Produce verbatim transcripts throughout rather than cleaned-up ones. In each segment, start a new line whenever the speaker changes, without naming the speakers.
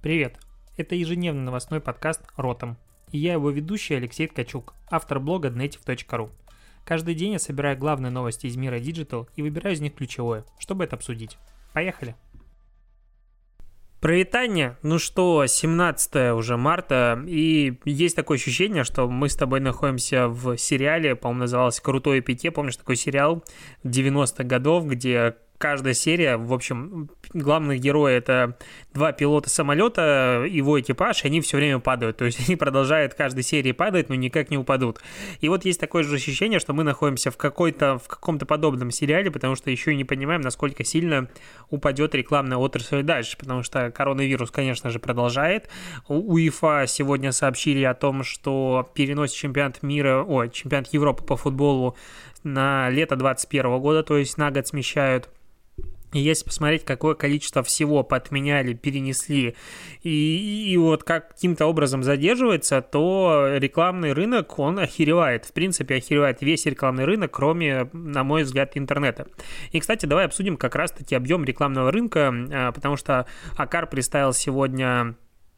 Привет! Это ежедневный новостной подкаст «Ротом». И я его ведущий Алексей Ткачук, автор блога днейтив точка ру. Каждый день я собираю главные новости из мира Digital и выбираю из них ключевое, чтобы это обсудить. Поехали! Привитание! Ну что, семнадцатое уже марта, и есть такое ощущение, что мы с тобой находимся в сериале, по-моему, назывался «Крутое питье». Помнишь такой сериал девяностых годов, где каждая серия, в общем, главных героев — это два пилота самолета, его экипаж, и они все время падают. То есть они продолжают каждой серии падать, но никак не упадут. И вот есть такое же ощущение, что мы находимся в, какой-то, в каком-то подобном сериале, потому что еще и не понимаем, насколько сильно упадет рекламная отрасль дальше, потому что коронавирус, конечно же, продолжает. УЕФА сегодня сообщили о том, что переносит чемпионат мира, ой, чемпионат Европы по футболу на лето двадцать первого года, то есть на год смещают. И если посмотреть, какое количество всего поотменяли, перенесли, и, и вот каким-то образом задерживается, то рекламный рынок, он охеревает. В принципе, охеревает весь рекламный рынок, кроме, на мой взгляд, интернета. И, кстати, давай обсудим как раз-таки объем рекламного рынка, потому что Акар представил сегодня,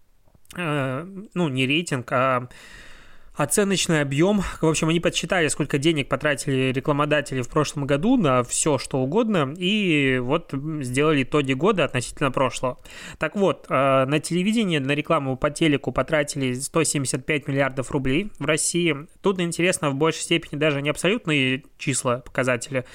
ну, не рейтинг, а оценочный объем. В общем, они подсчитали, сколько денег потратили рекламодатели в прошлом году на все, что угодно, и вот сделали итоги года относительно прошлого. Так вот, на телевидении, на рекламу по телеку потратили сто семьдесят пять миллиардов рублей в России. Тут интересно в большей степени даже не абсолютные числа, показатели,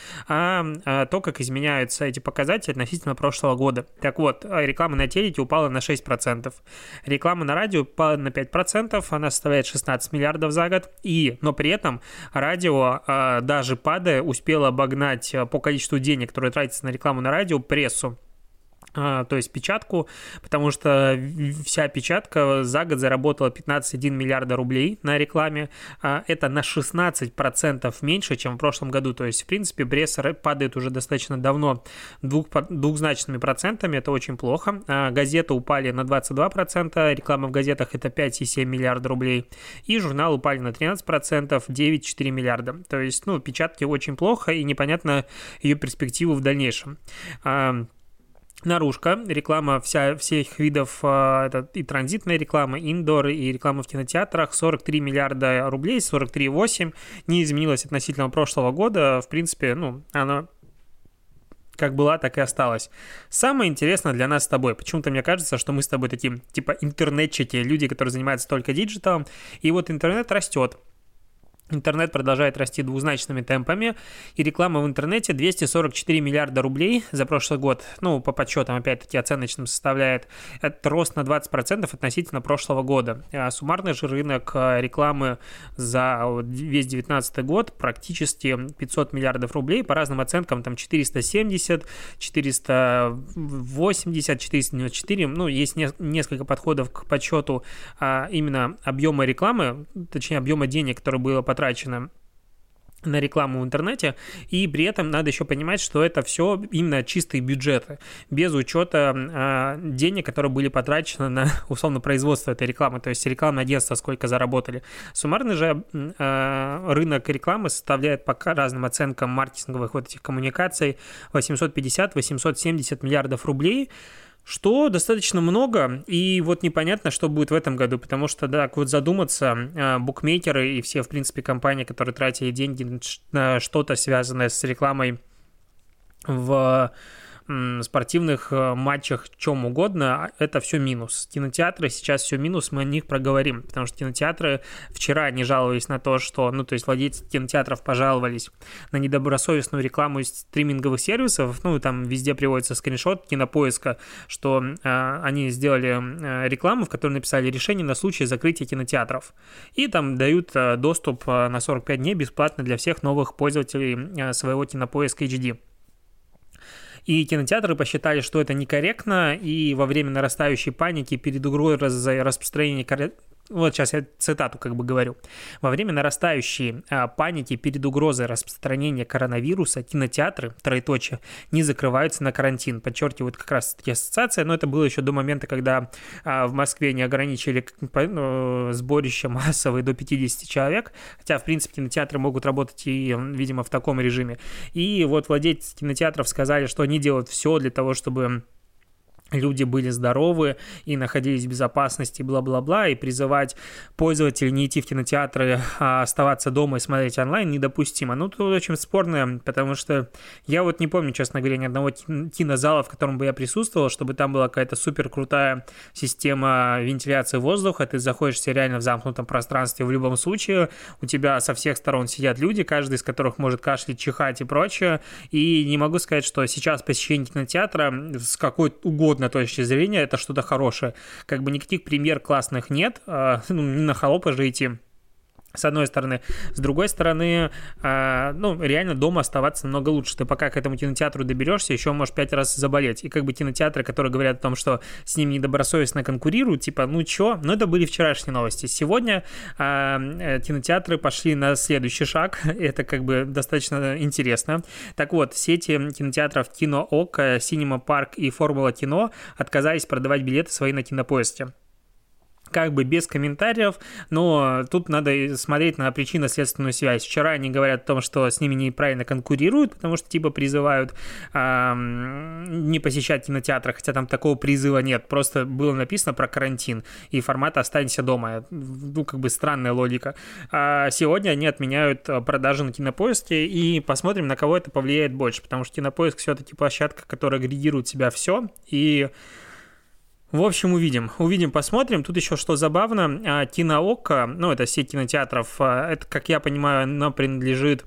а то, как изменяются эти показатели относительно прошлого года. Так вот, реклама на телеке упала на шесть процентов. Реклама на радио упала на пять процентов, она составляет шестнадцать миллиардов за год, и, но при этом радио, а, даже падая, успело обогнать по количеству денег, которые тратятся на рекламу на радио, прессу. А, то есть печатку, потому что вся печатка за год заработала пятнадцать целых одна десятая миллиарда рублей на рекламе. А, это на шестнадцать процентов меньше, чем в прошлом году. То есть, в принципе, пресса падает уже достаточно давно двух, двухзначными процентами. Это очень плохо. А, газеты упали на двадцать два процента. Реклама в газетах — это пять целых семь десятых миллиарда рублей. И журналы упали на тринадцать процентов, девять целых четыре десятых миллиарда. То есть, ну, печатки очень плохо, и непонятно ее перспективу в дальнейшем. А, Наружка, реклама вся, всех видов, это и транзитная реклама, индор, и реклама в кинотеатрах, сорок три миллиарда рублей, сорок три целых восемь десятых, не изменилась относительно прошлого года, в принципе, ну, она как была, так и осталась. Самое интересное для нас с тобой, почему-то мне кажется, что мы с тобой такие, типа, интернетчики, люди, которые занимаются только диджиталом, и вот интернет растет. Интернет продолжает расти двузначными темпами, и реклама в интернете двести сорок четыре миллиарда рублей за прошлый год, ну, по подсчетам, опять-таки, оценочным составляет. Это рост на двадцать процентов относительно прошлого года. А суммарный же рынок рекламы за весь девятнадцатый год практически пятьсот миллиардов рублей, по разным оценкам, там четыреста семьдесят, четыреста восемьдесят, четыреста девяносто четыре, ну, есть не, несколько подходов к подсчету а, именно объема рекламы, точнее, объема денег, которое было потрачено потрачено на рекламу в интернете, и при этом надо еще понимать, что это все именно чистые бюджеты, без учета э, денег, которые были потрачены на, условно, производство этой рекламы, то есть рекламное агентство сколько заработали. Суммарный же э, рынок рекламы составляет по разным оценкам маркетинговых вот этих коммуникаций восемьсот пятьдесят - восемьсот семьдесят миллиардов рублей, что достаточно много, и вот непонятно, что будет в этом году, потому что, да, вот задуматься, букмекеры и все, в принципе, компании, которые тратили деньги на что-то связанное с рекламой в спортивных матчах, чем угодно, это все минус. Кинотеатры сейчас все минус, мы о них проговорим, потому что кинотеатры вчера не жаловались на то, что, ну, то есть владельцы кинотеатров пожаловались на недобросовестную рекламу из стриминговых сервисов, ну, там везде приводится скриншот Кинопоиска, что э, они сделали э, рекламу, в которой написали решение на случай закрытия кинотеатров, и там дают э, доступ э, на сорок пять дней бесплатно для всех новых пользователей э, своего Кинопоиска эйч ди. И кинотеатры посчитали, что это некорректно, и во время нарастающей паники перед угрозой распространения вот сейчас я цитату как бы говорю, во время нарастающей а, паники перед угрозой распространения коронавируса кинотеатры, троеточие, не закрываются на карантин, подчеркивают как раз таки ассоциация, но это было еще до момента, когда а, в Москве не ограничили ну, сборище массовое до пятьдесят человек, хотя, в принципе, кинотеатры могут работать и, видимо, в таком режиме. И вот владельцы кинотеатров сказали, что они делают все для того, чтобы люди были здоровы и находились в безопасности, бла-бла-бла, и призывать пользователей не идти в кинотеатры, а оставаться дома и смотреть онлайн недопустимо. Ну, тут очень спорно, потому что я вот не помню, честно говоря, ни одного кинозала, в котором бы я присутствовал, чтобы там была какая-то супер крутая система вентиляции воздуха, ты заходишься реально в замкнутом пространстве в любом случае, у тебя со всех сторон сидят люди, каждый из которых может кашлять, чихать и прочее, и не могу сказать, что сейчас посещение кинотеатра с какой угодно точки зрения это что-то хорошее. Как бы никаких премьер классных нет, ну, не на холопа же идти. С одной стороны. С другой стороны, э, ну, реально дома оставаться намного лучше. Ты пока к этому кинотеатру доберешься, еще можешь пять раз заболеть. И как бы кинотеатры, которые говорят о том, что с ними недобросовестно конкурируют, типа, ну чё? Ну, это были вчерашние новости. Сегодня э, кинотеатры пошли на следующий шаг. Это как бы достаточно интересно. Так вот, сети кинотеатров Кино Око, Cinema Park и Формула Кино отказались продавать билеты свои на Кинопоиске. Как бы без комментариев, но тут надо смотреть на причинно-следственную связь. Вчера они говорят о том, что с ними неправильно конкурируют, потому что типа призывают эм, не посещать кинотеатры, хотя там такого призыва нет. Просто было написано про карантин и формат «останься дома». Ну, как бы странная логика. А сегодня они отменяют продажи на Кинопоиске, и посмотрим, на кого это повлияет больше, потому что Кинопоиск все-таки площадка, которая агрегирует в себя все, и в общем, увидим. Увидим, посмотрим. Тут еще что забавно. Кино Око, ну, это сеть кинотеатров, это, как я понимаю, она принадлежит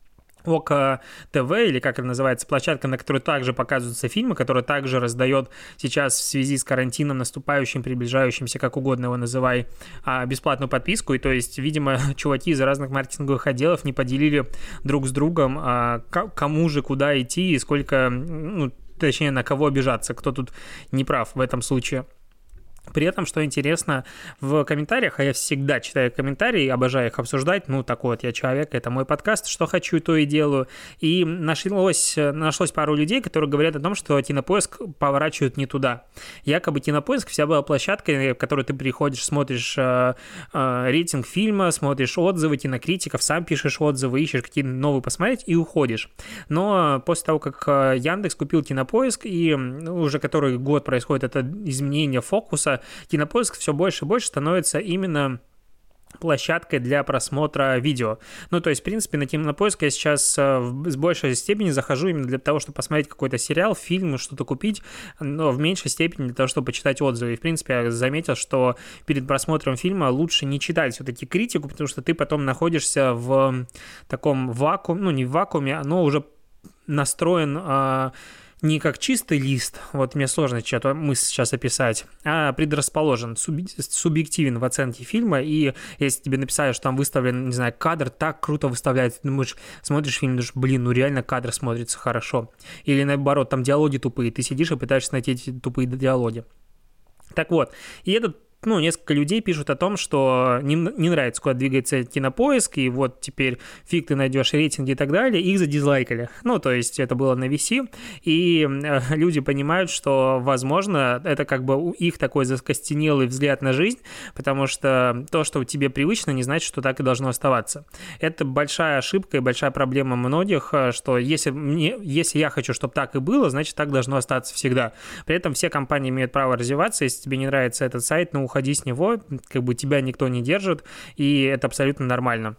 Око ТВ, или как это называется, площадка, на которой также показываются фильмы, которая также раздает сейчас в связи с карантином наступающим, приближающимся, как угодно его называй, бесплатную подписку. И то есть, видимо, чуваки из разных маркетинговых отделов не поделили друг с другом, кому же куда идти и сколько, ну, точнее, на кого обижаться, кто тут не прав в этом случае. При этом, что интересно, в комментариях, а я всегда читаю комментарии, обожаю их обсуждать, ну, такой вот я человек, это мой подкаст, что хочу, то и делаю, и нашлось, нашлось пару людей, которые говорят о том, что Кинопоиск поворачивают не туда. Якобы Кинопоиск вся была площадкой, в которой ты приходишь, смотришь э, э, рейтинг фильма, смотришь отзывы кинокритиков, сам пишешь отзывы, ищешь какие-то новые посмотреть и уходишь. Но после того, как Яндекс купил Кинопоиск, и уже который год происходит это изменение фокуса, Кинопоиск все больше и больше становится именно площадкой для просмотра видео. Ну, то есть, в принципе, на Кинопоиск я сейчас с большей степени захожу именно для того, чтобы посмотреть какой-то сериал, фильм, что-то купить, но в меньшей степени для того, чтобы почитать отзывы. И, в принципе, я заметил, что перед просмотром фильма лучше не читать все-таки критику, потому что ты потом находишься в таком вакууме, ну, не в вакууме, но уже настроен а, не как чистый лист, вот мне сложно что-то мысль сейчас описать, а предрасположен, субъективен в оценке фильма, и если тебе написали, что там выставлен, не знаю, кадр так круто выставляется, ты думаешь, смотришь фильм, думаешь, блин, ну реально кадр смотрится хорошо. Или наоборот, там диалоги тупые, ты сидишь и пытаешься найти эти тупые диалоги. Так вот, и этот ну, несколько людей пишут о том, что не, не нравится, куда двигается Кинопоиск, и вот теперь фиг ты найдешь рейтинги и так далее, их задизлайкали. Ну, то есть это было на ви си, и э, люди понимают, что, возможно, это как бы у их такой закостенелый взгляд на жизнь, потому что то, что тебе привычно, не значит, что так и должно оставаться. Это большая ошибка и большая проблема многих, что если, мне, если я хочу, чтобы так и было, значит, так должно остаться всегда. При этом все компании имеют право развиваться, если тебе не нравится этот сайт, ну, уходи с него, как бы тебя никто не держит, и это абсолютно нормально.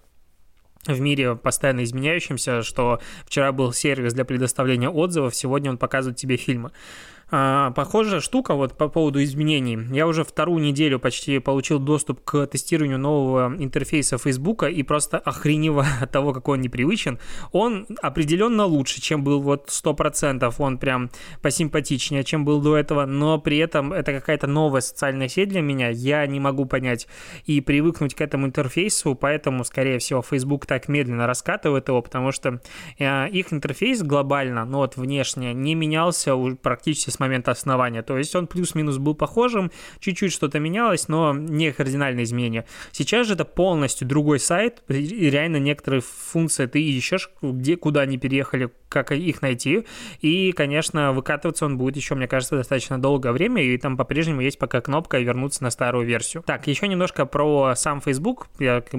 В мире постоянно изменяющемся, что вчера был сервис для предоставления отзывов, сегодня он показывает тебе фильмы. А, похожая штука вот по поводу изменений. Я уже вторую неделю почти получил доступ к тестированию нового интерфейса Фейсбука и просто охреневаю от того, какой он непривычен. Он определенно лучше, чем был вот сто процентов, он прям посимпатичнее, чем был до этого, но при этом это какая-то новая социальная сеть для меня, я не могу понять и привыкнуть к этому интерфейсу, поэтому, скорее всего, Facebook так медленно раскатывает его, потому что э, их интерфейс глобально, ну вот внешне, не менялся практически с момента основания. То есть он плюс-минус был похожим, чуть-чуть что-то менялось, но не кардинальные изменения. Сейчас же это полностью другой сайт, и реально некоторые функции ты ищешь, где, куда они переехали, как их найти, и, конечно, выкатываться он будет еще, мне кажется, достаточно долгое время, и там по-прежнему есть пока кнопка вернуться на старую версию. Так, еще немножко про сам Facebook. Я как бы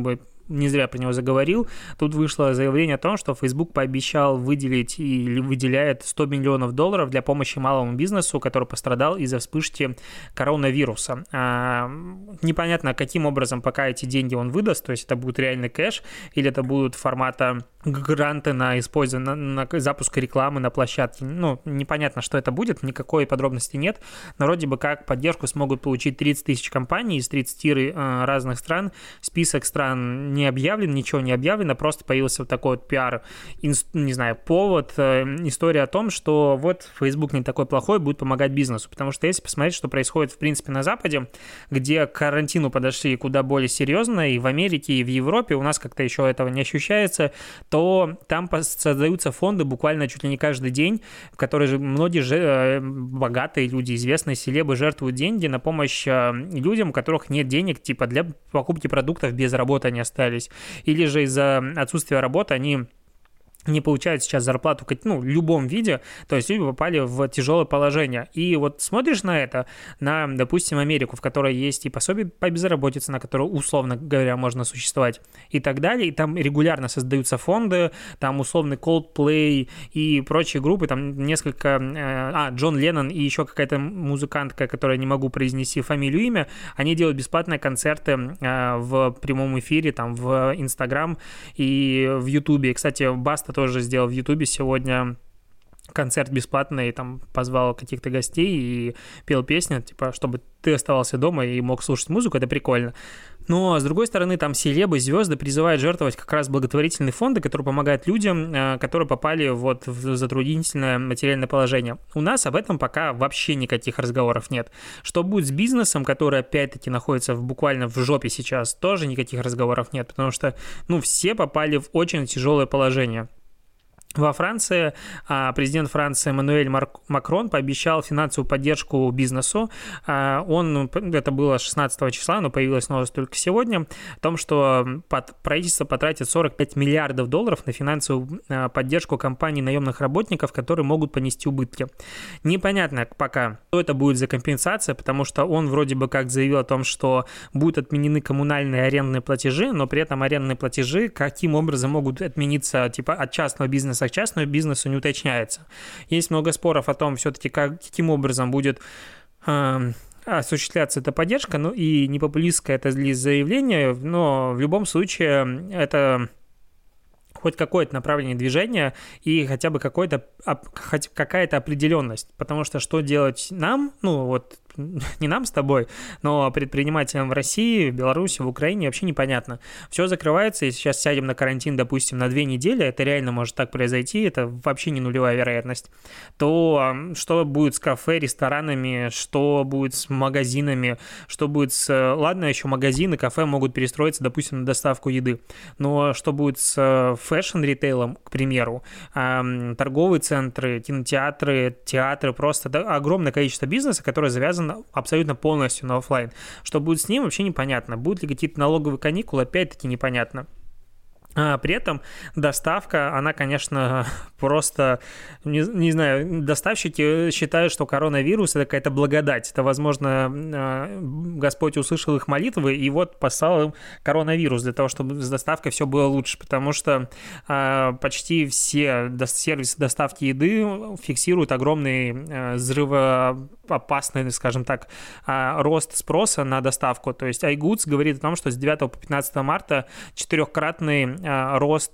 не зря про него заговорил. Тут вышло заявление о том, что Facebook пообещал выделить или выделяет сто миллионов долларов для помощи малому бизнесу, который пострадал из-за вспышки коронавируса. А, непонятно, каким образом пока эти деньги он выдаст, то есть это будет реальный кэш или это будут формата гранты на использование, на, на запуск рекламы на площадке. Ну, непонятно, что это будет, никакой подробности нет, но вроде бы как поддержку смогут получить тридцать тысяч компаний из тридцати э, разных стран. Список стран не объявлен, ничего не объявлено, просто появился вот такой вот пиар, инст, не знаю, повод, э, история о том, что вот Facebook не такой плохой, будет помогать бизнесу, потому что если посмотреть, что происходит в принципе на Западе, где к карантину подошли куда более серьезно, и в Америке, и в Европе, у нас как-то еще этого не ощущается, то там создаются фонды буквально чуть ли не каждый день, в которые же многие же, богатые люди, известные селебы жертвуют деньги на помощь людям, у которых нет денег, типа для покупки продуктов без работы они остались, или же из-за отсутствия работы они не получают сейчас зарплату ну, в любом виде, то есть люди попали в тяжелое положение. И вот смотришь на это, на, допустим, Америку, в которой есть и пособие по безработице, на которое, условно говоря, можно существовать, и так далее, и там регулярно создаются фонды, там условный Coldplay и прочие группы, там несколько... А, Джон Леннон и еще какая-то музыкантка, которая не могу произнести фамилию, имя, они делают бесплатные концерты в прямом эфире, там, в Инстаграм и в Ютубе. Кстати, Баста тоже сделал в Ютубе сегодня концерт бесплатный, там позвал каких-то гостей и пел песни, типа, чтобы ты оставался дома и мог слушать музыку, это прикольно. Но, с другой стороны, там селебы, звезды призывают жертвовать как раз благотворительные фонды, которые помогают людям, которые попали вот в затруднительное материальное положение. У нас об этом пока вообще никаких разговоров нет. Что будет с бизнесом, который опять-таки находится в, буквально в жопе сейчас, тоже никаких разговоров нет, потому что, ну, все попали в очень тяжелое положение. Во Франции президент Франции Эммануэль Макрон пообещал финансовую поддержку бизнесу. Он, это было шестнадцатого числа, но появилась новость только сегодня, о том, что правительство потратит сорок пять миллиардов долларов на финансовую поддержку компаний наемных работников, которые могут понести убытки. Непонятно пока, что это будет за компенсация, потому что он вроде бы как заявил о том, что будут отменены коммунальные арендные платежи, но при этом арендные платежи каким образом могут отмениться типа от частного бизнеса к частному бизнесу не уточняется. Есть много споров о том, все-таки как, каким образом будет э, осуществляться эта поддержка, ну и не популистское это ли заявление, но в любом случае это хоть какое-то направление движения и хотя бы какой-то, хоть какая-то определенность, потому что что делать нам, ну вот не нам с тобой, но предпринимателям в России, в Беларуси, в Украине вообще непонятно. Все закрывается, и сейчас сядем на карантин, допустим, на две недели, это реально может так произойти, это вообще не нулевая вероятность, то что будет с кафе, ресторанами, что будет с магазинами, что будет с... Ладно, еще магазины, кафе могут перестроиться, допустим, на доставку еды, но что будет с фэшн-ритейлом, к примеру, торговые центры, кинотеатры, театры, просто огромное количество бизнеса, которое завязано абсолютно полностью на офлайн. Что будет с ним, вообще непонятно. Будут ли какие-то налоговые каникулы, опять-таки непонятно. А при этом доставка, она, конечно, просто, не, не знаю, доставщики считают, что коронавирус – это какая-то благодать. Это, возможно, Господь услышал их молитвы и вот послал им коронавирус для того, чтобы с доставкой все было лучше, потому что а, почти все сервисы доставки еды фиксируют огромный взрывоопасный, скажем так, рост спроса на доставку. То есть iGoods говорит о том, что с девятого по пятнадцатое марта четырехкратный рост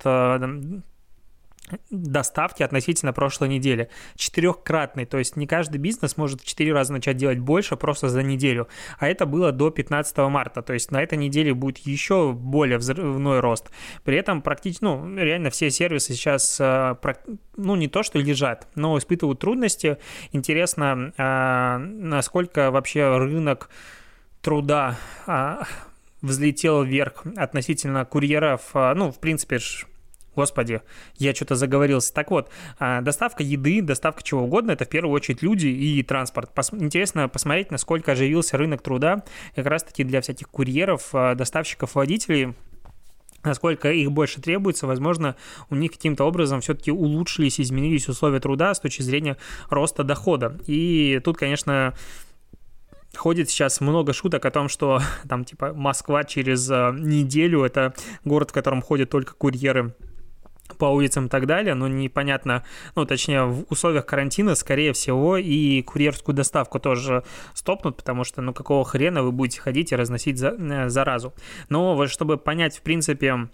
доставки относительно прошлой недели. Четырехкратный, то есть не каждый бизнес может в четыре раза начать делать больше просто за неделю. А это было до пятнадцатого марта, то есть на этой неделе будет еще более взрывной рост. При этом практически, ну, реально все сервисы сейчас, ну, не то что лежат, но испытывают трудности. Интересно, насколько вообще рынок труда взлетел вверх относительно курьеров, ну, в принципе, Господи, я что-то заговорился. Так вот, доставка еды, доставка чего угодно, это в первую очередь люди и транспорт. Пос- интересно посмотреть, насколько оживился рынок труда как раз-таки для всяких курьеров, доставщиков, водителей, насколько их больше требуется. Возможно, у них каким-то образом все-таки улучшились, изменились условия труда с точки зрения роста дохода. И тут, конечно... ходит сейчас много шуток о том, что там типа Москва через неделю — это город, в котором ходят только курьеры по улицам и так далее, но непонятно, ну, точнее, в условиях карантина, скорее всего, и курьерскую доставку тоже стопнут, потому что, ну, какого хрена вы будете ходить и разносить за, заразу. Но вот чтобы понять, в принципе,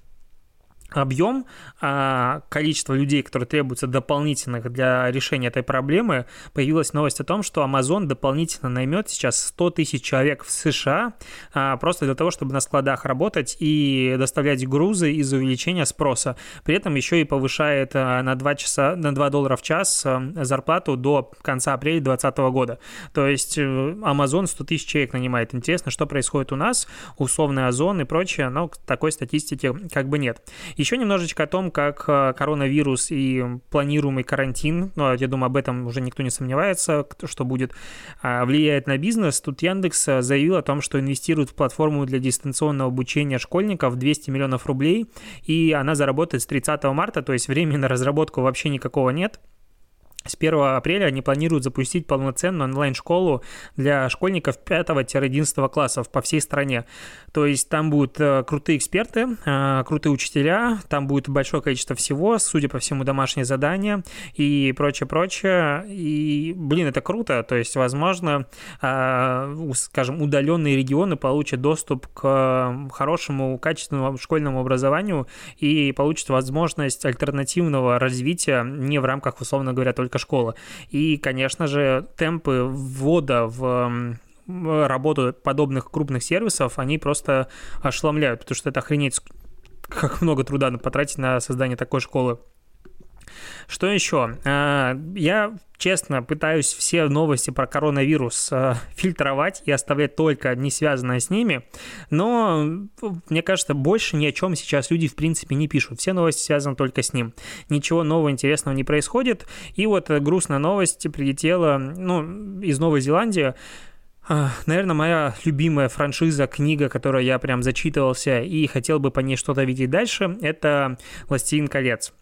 объем, количество людей, которые требуются дополнительных для решения этой проблемы, появилась новость о том, что Amazon дополнительно наймет сейчас сто тысяч человек в США просто для того, чтобы на складах работать и доставлять грузы из-за увеличения спроса. При этом еще и повышает на два часа, на два доллара в час зарплату до конца апреля две тысячи двадцатого года. То есть Amazon сто тысяч человек нанимает. Интересно, что происходит у нас, условный Озон и прочее, но такой статистики как бы нет. Еще немножечко о том, как коронавирус и планируемый карантин, ну, я думаю, об этом уже никто не сомневается, что будет, влияет на бизнес. Тут Яндекс заявил о том, что инвестирует в платформу для дистанционного обучения школьников двести миллионов рублей, и она заработает с тридцатого марта, то есть времени на разработку вообще никакого нет. С первого апреля они планируют запустить полноценную онлайн-школу для школьников пятого-одиннадцатого классов по всей стране. То есть там будут крутые эксперты, крутые учителя, там будет большое количество всего, судя по всему, домашние задания и прочее-прочее. И, блин, это круто. То есть, возможно, скажем, удаленные регионы получат доступ к хорошему, качественному школьному образованию и получат возможность альтернативного развития не в рамках, условно говоря, только школа. И, конечно же, темпы ввода в работу подобных крупных сервисов, они просто ошеломляют, потому что это охренеть, как много труда потратить на создание такой школы. Что еще? Я, честно, пытаюсь все новости про коронавирус фильтровать и оставлять только не связанное с ними, но, мне кажется, больше ни о чем сейчас люди, в принципе, не пишут. Все новости связаны только с ним. Ничего нового интересного не происходит. И вот грустная новость прилетела, ну, из Новой Зеландии. Наверное, моя любимая франшиза, книга, которую я прям зачитывался и хотел бы по ней что-то видеть дальше, это «Властелин колец».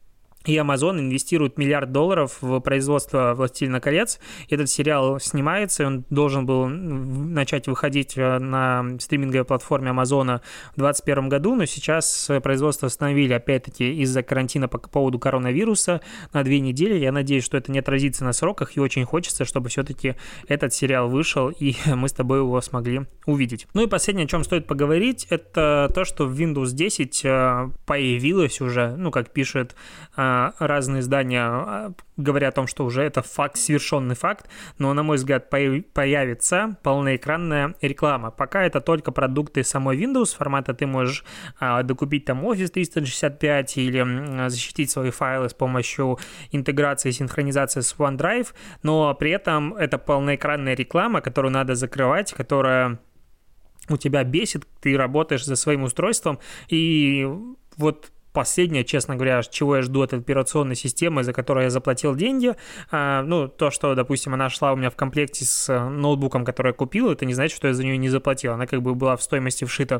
И Amazon инвестирует миллиард долларов в производство «Властелина колец». Этот сериал снимается, и он должен был начать выходить на стриминговой платформе Амазона в двадцать первом году, но сейчас производство остановили, опять-таки, из-за карантина по поводу коронавируса на две недели. Я надеюсь, что это не отразится на сроках, и очень хочется, чтобы все-таки этот сериал вышел, и мы с тобой его смогли увидеть. Ну и последнее, о чем стоит поговорить, это то, что в Windows десять появилось уже, ну, как пишет разные издания, говоря о том, что уже это факт, совершенный факт, но, на мой взгляд, появится полноэкранная реклама. Пока это только продукты самой Windows, формата ты можешь докупить там Office триста шестьдесят пять или защитить свои файлы с помощью интеграции и синхронизации с OneDrive, но при этом это полноэкранная реклама, которую надо закрывать, которая у тебя бесит, ты работаешь за своим устройством, и вот последнее, честно говоря, чего я жду от операционной системы, за которую я заплатил деньги, а, ну, то, что, допустим, она шла у меня в комплекте с ноутбуком, который я купил, это не значит, что я за нее не заплатил, она как бы была в стоимости вшита.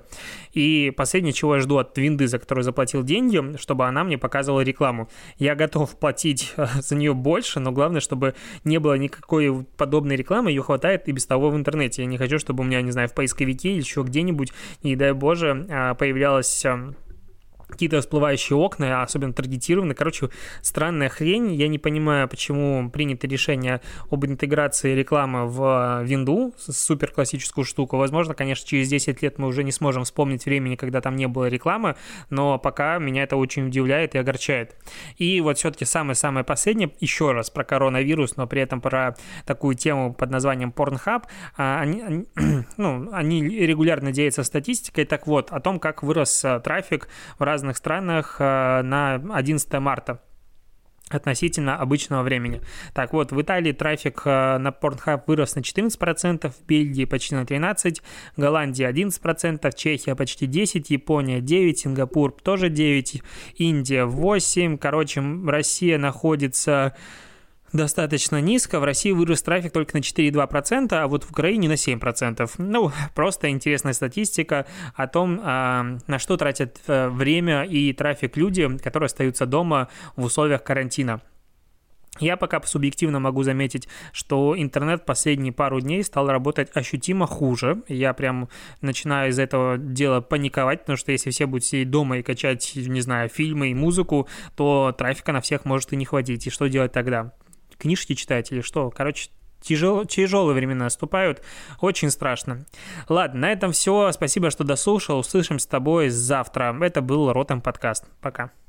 И последнее, чего я жду от винды, за которую заплатил деньги, чтобы она мне показывала рекламу. Я готов платить за нее больше, но главное, чтобы не было никакой подобной рекламы, ее хватает и без того в интернете. Я не хочу, чтобы у меня, не знаю, в поисковике или еще где-нибудь, не дай боже, появлялась какие-то всплывающие окна, особенно таргетированные. Короче, странная хрень. Я не понимаю, почему принято решение об интеграции рекламы в винду, супер классическую штуку. Возможно, конечно, через десять лет мы уже не сможем вспомнить времени, когда там не было рекламы, но пока меня это очень удивляет и огорчает. И вот все-таки самое-самое последнее, еще раз про коронавирус, но при этом про такую тему под названием Pornhub. Они, они, ну, они регулярно делятся статистикой. Так вот, о том, как вырос трафик в разных разных странах на одиннадцатое марта относительно обычного времени. Так вот, в Италии трафик на Pornhub вырос на четырнадцать процентов, в Бельгии почти на тринадцать процентов, Голландия одиннадцать процентов, Чехия почти десять процентов, Япония девять процентов, Сингапур тоже девять процентов, Индия восемь процентов. Короче, Россия находится достаточно низко. В России вырос трафик только на четыре целых две десятых процента, а вот в Украине на семь процентов. Ну, просто интересная статистика о том, на что тратят время и трафик люди, которые остаются дома в условиях карантина. Я пока субъективно могу заметить, что интернет последние пару дней стал работать ощутимо хуже. Я прям начинаю из этого дела паниковать, потому что если все будут сидеть дома и качать, не знаю, фильмы и музыку, то трафика на всех может и не хватить. И что делать тогда? Книжки читать или что? Короче, тяжел, тяжелые времена наступают. Очень страшно. Ладно, на этом все. Спасибо, что дослушал. Услышимся с тобой завтра. Это был Ротом подкаст. Пока.